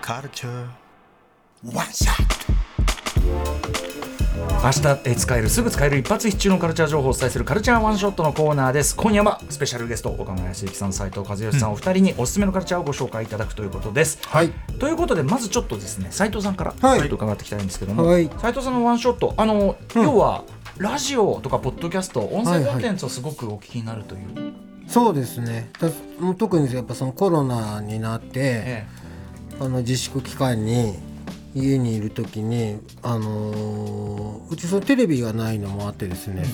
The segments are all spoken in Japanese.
Culture One Shot。 明日使えるすぐ使える一発必中のカルチャー情報をお伝えするカルチャーワンショットのコーナーです。今夜はスペシャルゲスト岡村康之さん、斉藤和義さん、お二人におすすめのカルチャーをご紹介いただくということです。 はい、 ということでまずちょっとですね、斉藤さんからちょっと伺っていきたいんですけども、 はい、 斉藤さんのワンショット要はラジオとかポッドキャスト音声コンテンツをすごくお聞きになるという、 そうですね。特にやっぱそのコロナになって、自粛期間に家にいるときに、うちそのテレビがないのもあってですね、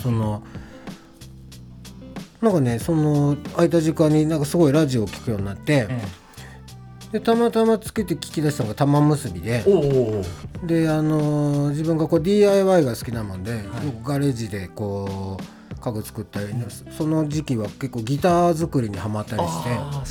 なんかね、その空いた時間になんかすごいラジオを聞くようになって、でたまたまつけて聞き出したのが玉結びで、で自分がこう DIY が好きなもんで、ガレージでこう家具作ったり、その時期は結構ギター作りにハマったりして、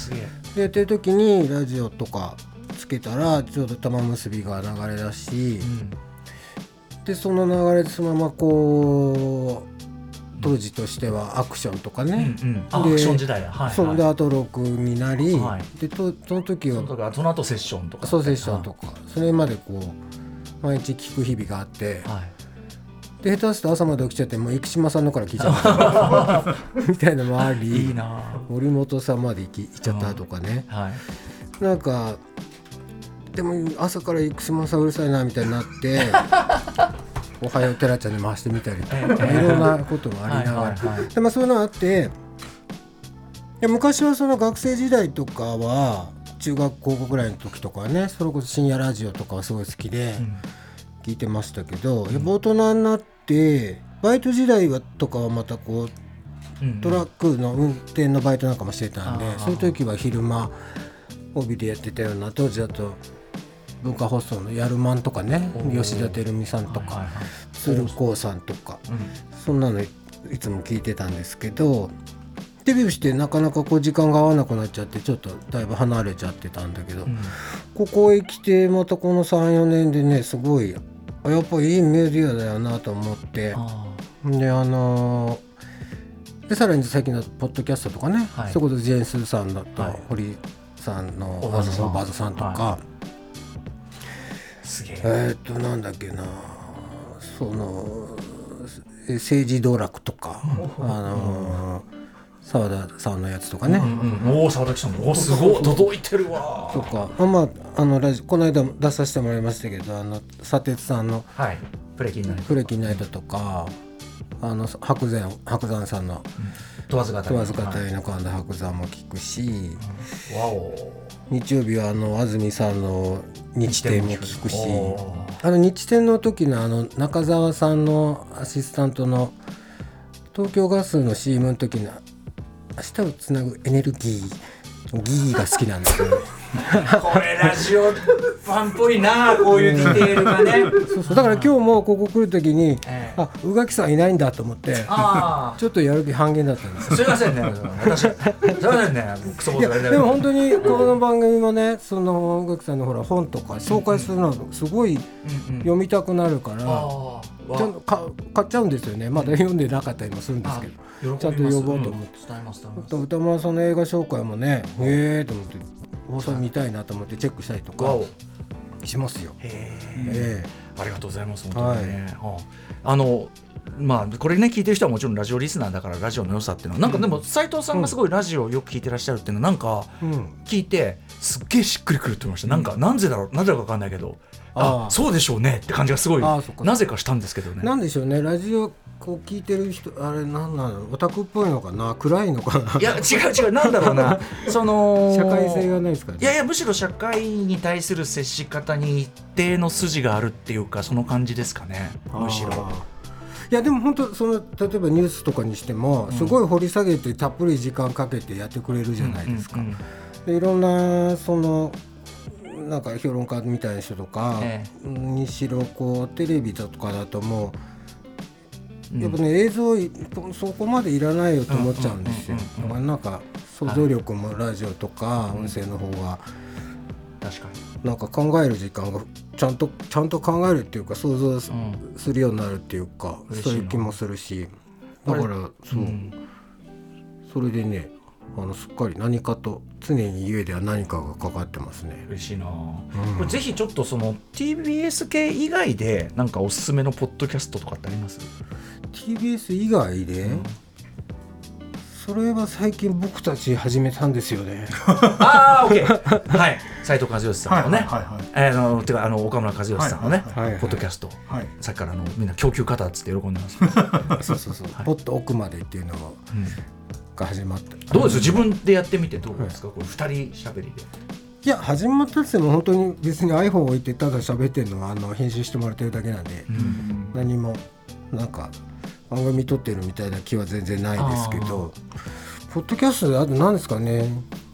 でやってる時にラジオとかつけたらちょうど玉結びが流れだし、でその流れでそのままこう当時としてはアクションとかね、 アクション時代だ、 そんであと録になり、でその時はその後セッションとか、 そうセッションとか、それまでこう毎日聞く日々があって、で下手すると朝まで起きちゃってもう生島さんのから聞いちゃったみたいなのもあり、 いいな、 森本さんまで行っちゃったとかね、なんかでも朝から生島さんうるさいなみたいになっておはようテラちゃんに回してみたりとか、いろんなこともありながら、でそういうのがあって、で昔はその学生時代とかは中学高校ぐらいの時とかはね、それこそ深夜ラジオとかはすごい好きで聞いてましたけど、やっぱ大人になってバイト時代とかはまたこうトラックの運転のバイトなんかもしてたんで、そういう時は昼間帯でやってたような、当時だと文化放送のやるまんとかね、吉田照美さんとか、鶴光さんとか、そんなのいつも聞いてたんですけど、デビューしてなかなかこう時間が合わなくなっちゃって、ちょっとだいぶ離れちゃってたんだけど、ここへ来てまたこの 3,4 年でね、すごいやっぱりいいメディアだよなと思って、でさらに最近のポッドキャストとかね、それこそジェーンスーさんだと、堀さんのおばあさんとか、 すげえ、 なんだっけな、その政治道楽とか、澤田さんのやつとかね、 澤田さんもすごい届いてるわとか、この間出させてもらいましたけど、砂鉄さんのプレキンナイトとか、白山さんの問わず語りの神田伯山も聞くし、日曜日は安住さんの日天も聞くし、日天の時の中澤さんのアシスタントの東京ガスの CM の時の明日をつなぐエネルギーが好きなんですよねこれラジオファンっぽいな、こういうディテールがねそうだから今日もここ来る時に、宇垣さんいないんだと思ってちょっとやる気半減だったんですよ。 すいませんね、私すいませんね、クソボーでも本当にこの番組もね、その宇垣さんのほら本とか紹介するのすごい読みたくなるから、ちゃんと買っちゃうんですよね。まだ読んでなかったりもするんですけど、ちゃんと呼ぼうと思って、歌丸さんの映画紹介もね、と思って放送見たいなと思ってチェックしたりとかしますよ。 ありがとうございます。本当にね、これね聞いてる人はもちろんラジオリスナーだからラジオの良さっていうのはなんか、でも斉藤さんがすごいラジオをよく聞いてらっしゃるっていうのはなんか聞いてすっげえしっくりくるって言いました。なんかなんでだか分かんないけど、そうでしょうねって感じがすごいなぜかしたんですけどね。 なんでしょうね、ラジオこう聞いてる人、あれなんなの、オタクっぽいのかな、暗いのかな。 いや違うなんだろうなその社会性がないですかね。 いやむしろ社会に対する接し方に一定の筋があるっていうか、その感じですかね、むしろ。 いやでも本当例えばニュースとかにしてもすごい掘り下げてたっぷり時間かけてやってくれるじゃないですか。でいろんななんか評論家みたいな人とかにしろこうテレビとかだともうやっぱね、映像そこまでいらないよと思っちゃうんですよ。だからなんか想像力もラジオとか音声の方が確かになんか考える時間がちゃんと考えるっていうか想像するようになるっていうか、そういう気もするし、だからそれでねすっかり何かと常に家では何かがかかってますね。 嬉しいな、これぜひちょっとその TBS 系以外でなんかおすすめのポッドキャストとかってあります？ TBS 以外で、それは最近僕たち始めたんですよね。 ああ OK はい、斉藤和義さんのね、 はいてか岡村和義さんのね、ポッドキャスト、さっきからみんな供給型っつって喜んでますそう、ポッと奥までっていうのが始まった。 どうです自分でやってみてどうですか、これ2人しゃべりで。 いや始まったっても本当に別に iPhone 置いてただ喋ってるのは編集してもらってるだけなんで、何もなんか番組撮ってるみたいな気は全然ないですけど、ポッドキャストであと何ですかね、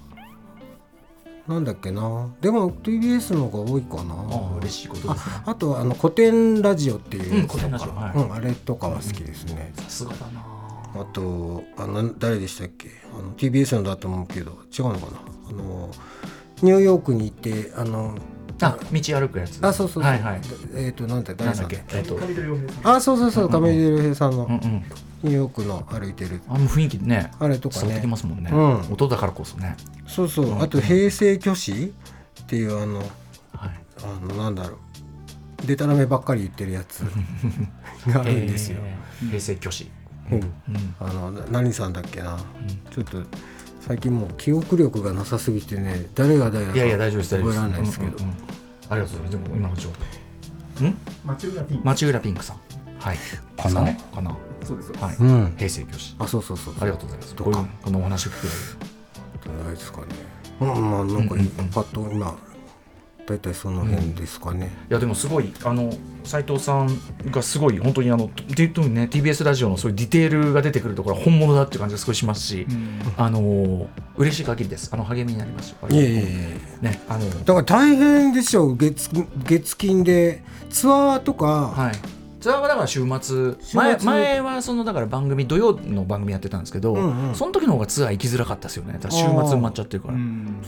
なんだっけな、でも TBS の方が多いかな。 嬉しいことですね。 あと古典ラジオっていう古典ラジオ、 あれとかは好きですね。 さすがだな。 あと誰でしたっけ、TBS のだと思うけど違うのかな、ニューヨークに行って道歩くやつ。 そう、 はいはい、 なんだ誰さんだっけ、 上出良平さん。 そう亀出良平さんのニューヨークの歩いてる雰囲気ね、 あれとかね伝わってきますもんね、音だからこそね。 そう、あと平成虚子っていうなんだろう、デタラメばっかり言ってるやつがあるんですよ。 平成虚子、 何さんだっけな、ちょっと最近もう記憶力がなさすぎてね、誰が誰だか覚えられないですけど、 ありがとうございます。でも今の情報町浦ピンクさん、はい、 かなそうです、 はい、平成虚子、 そうありがとうございます。このお話を聞くだけないですかね。なんかパッと今だいたいその辺ですかね。 いやでもすごい斉藤さんがすごい本当にTBS ラジオのそういうディテールが出てくるところは本物だっていう感じが少ししますし、嬉しい限りです。励みになりますよ。ね、 だから大変でしょ、月金でツアーとか、 ツアーはだから週末前はだから土曜の番組やってたんですけど、その時の方がツアー行きづらかったですよね。週末埋まっちゃってるから、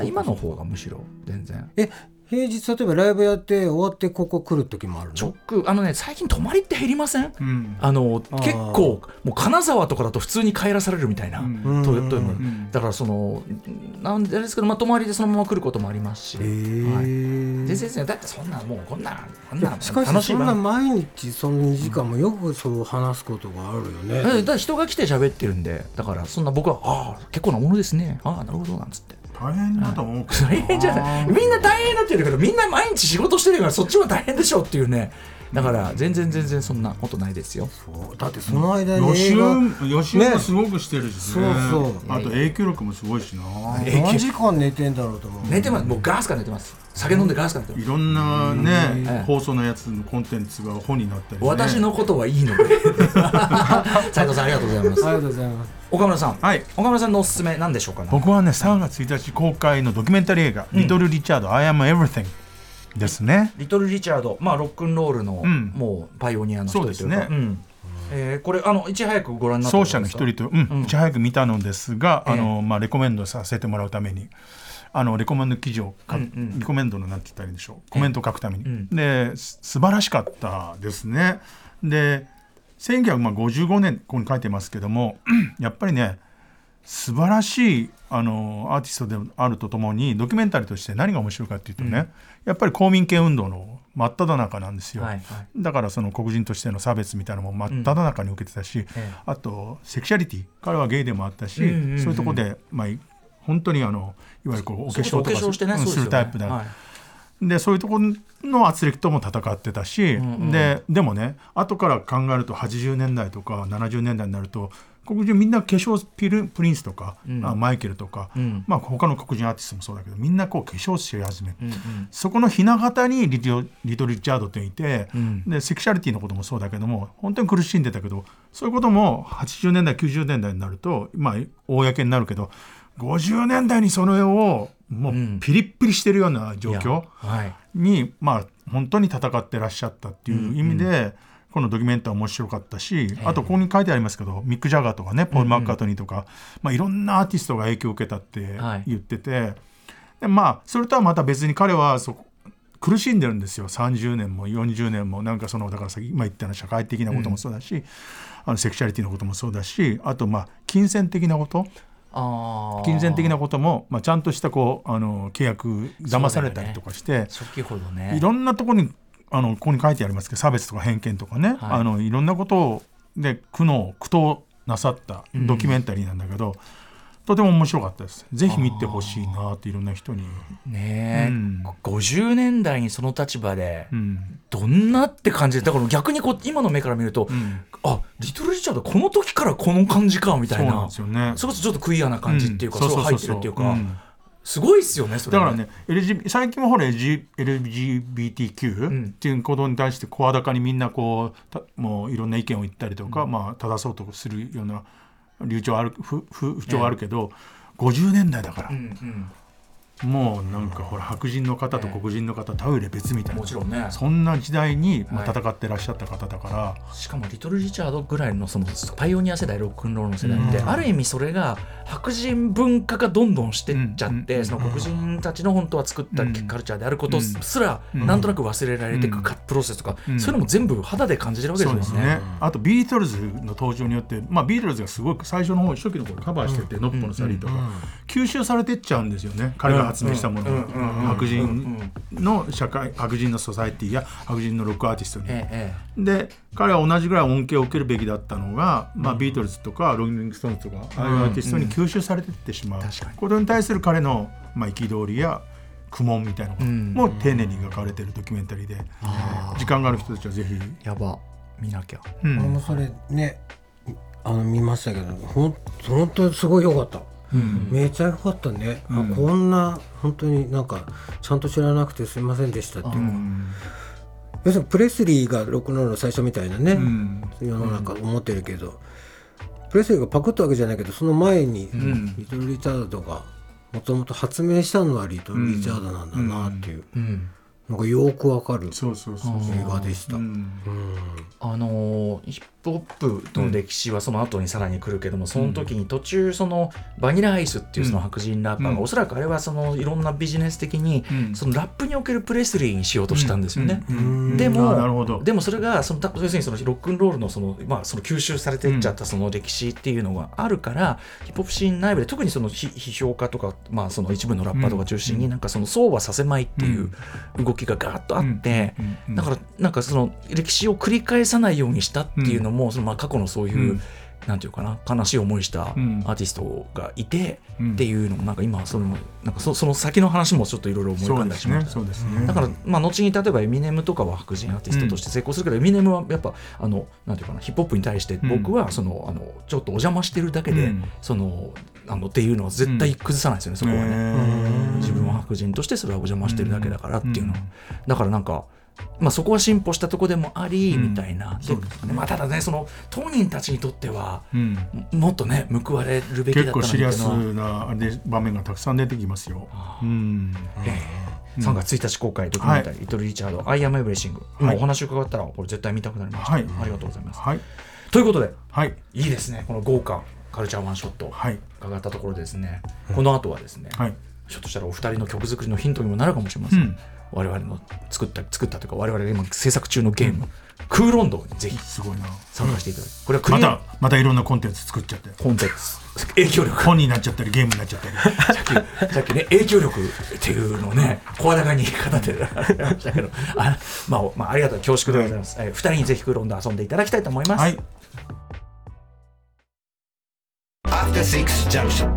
今の方がむしろ全然。 平日例えばライブやって終わってここ来る時もあるの？最近泊まりって減りません？結構もう金沢とかだと普通に帰らされるみたいな、だからなんでですけど、泊まりでそのまま来ることもありますし、全然だってそんなもうこんなしかしそんな毎日その2時間もよくそう話すことがあるよね。 だから人が来て喋ってるんで、だからそんな僕は結構なものですね、なるほどなんつって。 大変だと思うけど、 大変じゃない、みんな大変だって言うけど、みんな毎日仕事してるからそっちは大変でしょっていうね。だから全然そんなことないですよ。 そうだってその間に予習もすごくしてるしね。あと影響力もすごいしな。 何時間寝てんだろうと思う。 寝てます。もうガースか寝てます。酒飲んでガースか寝てます。 いろんなね、放送のやつのコンテンツが本になったりね。 私のことはいいので斉藤さんありがとうございます。 ありがとうございます。 岡村さん、岡村さんのおすすめ何でしょうかね。 僕はね、3月1日公開のドキュメンタリー映画、リトル・リチャード I am everythingですね。 リトル・リチャード、ロックンロールの、もうパイオニアの人というか、そうですね。これいち早くご覧になったんですか？ 奏者の一人と、いち早く見たのですが、レコメンドさせてもらうためにレコメンド記事をレコメンドのなんて言ったらいいんでしょう、コメントを書くために、で素晴らしかったですね。で1955年ここに書いてますけどもやっぱりね素晴らしいアーティストであるとともに、ドキュメンタリーとして何が面白いかっていうとね、やっぱり公民権運動の真っ只中なんですよ、だからその黒人としての差別みたいなのも真っ只中に受けてたし、あとセクシャリティ、彼はゲイでもあったし、そういうところで、本当にいわゆるお化粧とかするタイプだ、でそういうところの圧力とも戦ってたし、でもね後から考えると80年代とか70年代になると黒人みんな化粧プリンスとか、マイケルとか、他の黒人アーティストもそうだけどみんな化粧し始め、そこのひな形にリトル・リチャードっていて、でセクシャリティのこともそうだけども本当に苦しんでたけど、そういうことも80年代90年代になると公になるけど、50年代にその絵をもうピリッピリしてるような状況に、本当に戦ってらっしゃったっていう意味で、このドキュメンタリー面白かったし、あとここに書いてありますけどミック・ジャガーとかねポール・マッカートニーとか、いろんなアーティストが影響を受けたって言ってて、でそれとはまた別に彼は苦しんでるんですよ。30年も40年もだから今言ったような社会的なこともそうだし、セクシャリティのこともそうだし、あと金銭的なこと、 金銭的なことも、ちゃんとした契約騙されたりとかして、 先ほどね、 いろんなところにここに書いてありますけど、差別とか偏見とかね、いろんなことで苦闘なさったドキュメンタリーなんだけど、とても面白かったです。ぜひ見てほしいなっていろんな人にね、50年代にその立場でどんなって感じで、だから逆に今の目から見ると、リトル・リチャードこの時からこの感じかみたいな、 そうなんですよね。 それこそちょっとクイアな感じっていうか、そう入ってるっていうか、すごいっすよね。それだからね、最近もほら LGBTQ っていうことに対して声高にみんなもういろんな意見を言ったりとか、正そうとするような風潮あるけど、50年代だから、もうなんかほら白人の方と黒人の方トイレ別みたいな、 もちろんね、 そんな時代に戦ってらっしゃった方だから、 しかもリトル・リチャードぐらいのそのパイオニア世代、ロックンロールの世代って、ある意味それが白人文化がどんどんしてっちゃって、その黒人たちの本当は作ったカルチャーであることすらなんとなく忘れられていくプロセスとか、そういうのも全部肌で感じてるわけですよね。 そうですね。あとビートルズの登場によって、ビートルズがすごく最初の方初期の頃カバーしてて、ノッポのサリーとか吸収されてっちゃうんですよね、彼が発明したものが。白人の社会、白人のソサエティや白人のロックアーティストに、で彼は同じぐらい恩恵を受けるべきだったのが、ビートルズとかローリングストーンズとかああいうアーティストに吸収されていってしまうことに対する彼の憤りや苦悶みたいなのも丁寧に描かれているドキュメンタリーで、時間がある人たちはぜひやば見なきゃ。 それね見ましたけど、本当にすごい良かった。めちゃ良かったね。こんな本当になんかちゃんと知らなくてすいませんでしたっていうか、要するにプレスリーがロックンロールの最初みたいなね、世の中思ってるけど、プレスリーがパクったわけじゃないけど、その前にリトル・リチャードがもともと発明したのはリトル・リチャードなんだなっていう、なんかよくわかる映画でした。 ヒップホップの歴史はその後にさらに来るけども、その時に途中そのバニラアイスっていうその白人ラッパーが、おそらくあれはそのいろんなビジネス的にそのラップにおけるプレスリーにしようとしたんですよね。でもそれが要するにそのロックンロールのその吸収されていっちゃったその歴史っていうのがあるから、ヒップホップシーン内部で特にその批評家とか、その一部のラッパーとか中心になんかそのそうはさせまいっていう動きがガーッとあって、だからなんかその歴史を繰り返さないようにしたっていうのも、その過去のそういうなんていうかな、悲しい思いしたアーティストがいてっていうのも、なんか今その先の話もちょっといろいろ思い浮かんだりしました。だから後に例えばエミネムとかは白人アーティストとして成功するけど、エミネムはやっぱなんていうかな、ヒップホップに対して僕はちょっとお邪魔してるだけでっていうのは絶対崩さないですよね、そこはね。自分は白人としてそれはお邪魔してるだけだからっていうのは、だからなんかそこは進歩したところでもあり、みたいな。ただね、その当人たちにとってはもっとね報われるべきだったのにっていうのは、 結構シリアスな場面がたくさん出てきますよ。 3月1日公開ドキュメンタリー、リトル・リチャード、アイ・アム・エブリシング。お話伺ったらこれ絶対見たくなりました。ありがとうございます。ということで、いいですね、この豪華カルチャーワンショット伺ったところでですね、この後はですね、ひょっとしたらお二人の曲作りのヒントにもなるかもしれません。我々の作ったというか、我々が今制作中のゲーム、クーロンドにぜひ参加していただく。これはまたいろんなコンテンツ作っちゃって、 コンテンツ影響力本になっちゃったりゲームになっちゃったりさっきね、影響力っていうのをね、声高に言い方でありましたけど、ありがとう、恐縮でございます。2人にぜひクーロンド遊んでいただきたいと思います。 After Six Junction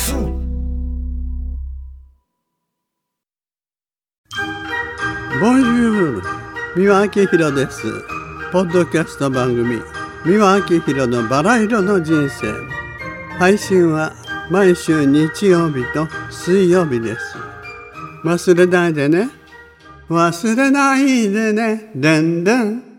ボンジュール、三輪明宏です。ポッドキャスト番組三輪明宏のバラ色の人生、配信は毎週日曜日と水曜日です。忘れないでね、忘れないでね、でんでん。